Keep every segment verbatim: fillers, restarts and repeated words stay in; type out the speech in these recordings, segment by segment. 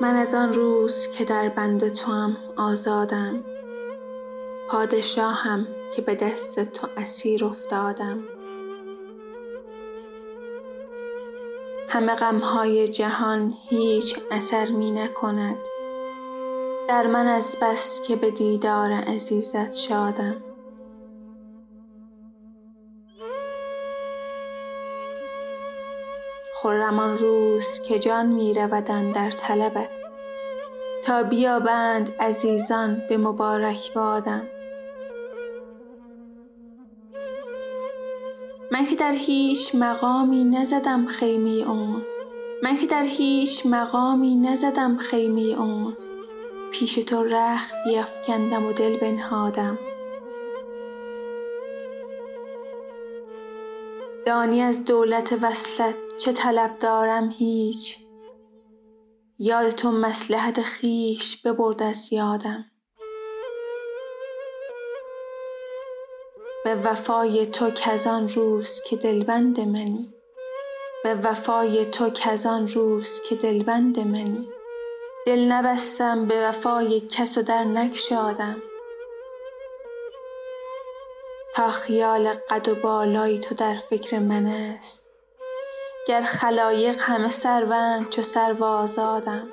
من از آن روز که در بند توام آزادم، پادشاهم که به دست تو اسیر افتادم. همه غمهای جهان هیچ اثر می نکند در من از بس که به دیدار عزیزت شادم. خرم آن روز که جان می رود اندر طلبت، تا بیابند عزیزان به مبارک بادم. من که در هیچ مقامی نزدم خیمه انس، من که در هیچ مقامی نزدم خیمه انس، پیش تو رخت بیفکندم و دل بنهادم. دانی از دولت وصلت چه طلب دارم هیچ، یاد تو مصلحت خویش ببرد از یادم. به وفای تو کز آن روز که دلبند منی، به وفای تو کز آن روز که دلبند منی، دل نبستم به وفای کس و در نگشادم. تا خیال قد و بالای تو در فکر من است، گر خلایق همه سروند چو سرو آزادم.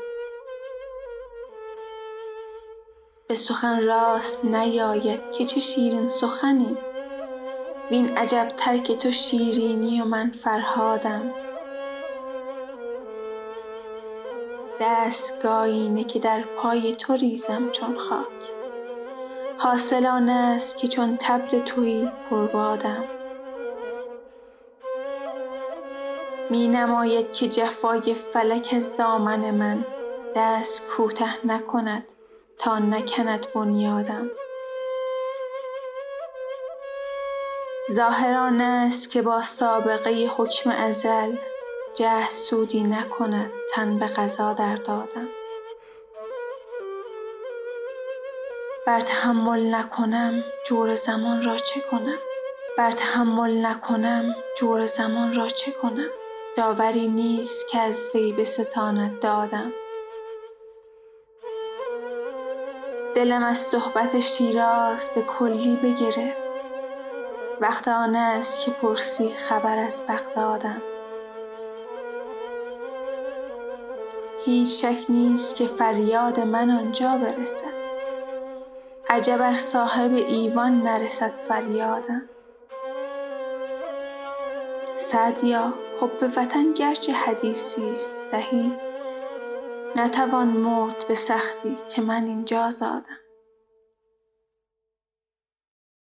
به سخن راست نیاید که چه شیرین سخنی، وین عجب تر که تو شیرینی و من فرهادم. دست گاینه که در پای تو ریزم چون خاک، حاصل آن است که چون طبل تویی پربادم. می نماید که جفای فلک از دامن من دست کوته نکند تا نکند بنیادم. ظاهر آن است که با سابقه حکم ازل، جهد سودی نکند تن به قضا در دادم. بر تحمل نکنم جور زمان را چه کنم، بر تحمل نکنم جور زمان را چه کنم، داوری نیست که از وی بستاند دادم. دلم از صحبت شیراز به کلی بگرفت، وقت آن است که پرسی خبر از بغدادم. هیچ شک نیست که فریاد من آنجا برسد، عجب ار صاحب ایوان نرسد فریادم. سعدیا حب وطن گرچه حدیثی است صحیح، نتوان مرد به سختی که من اینجا زادم.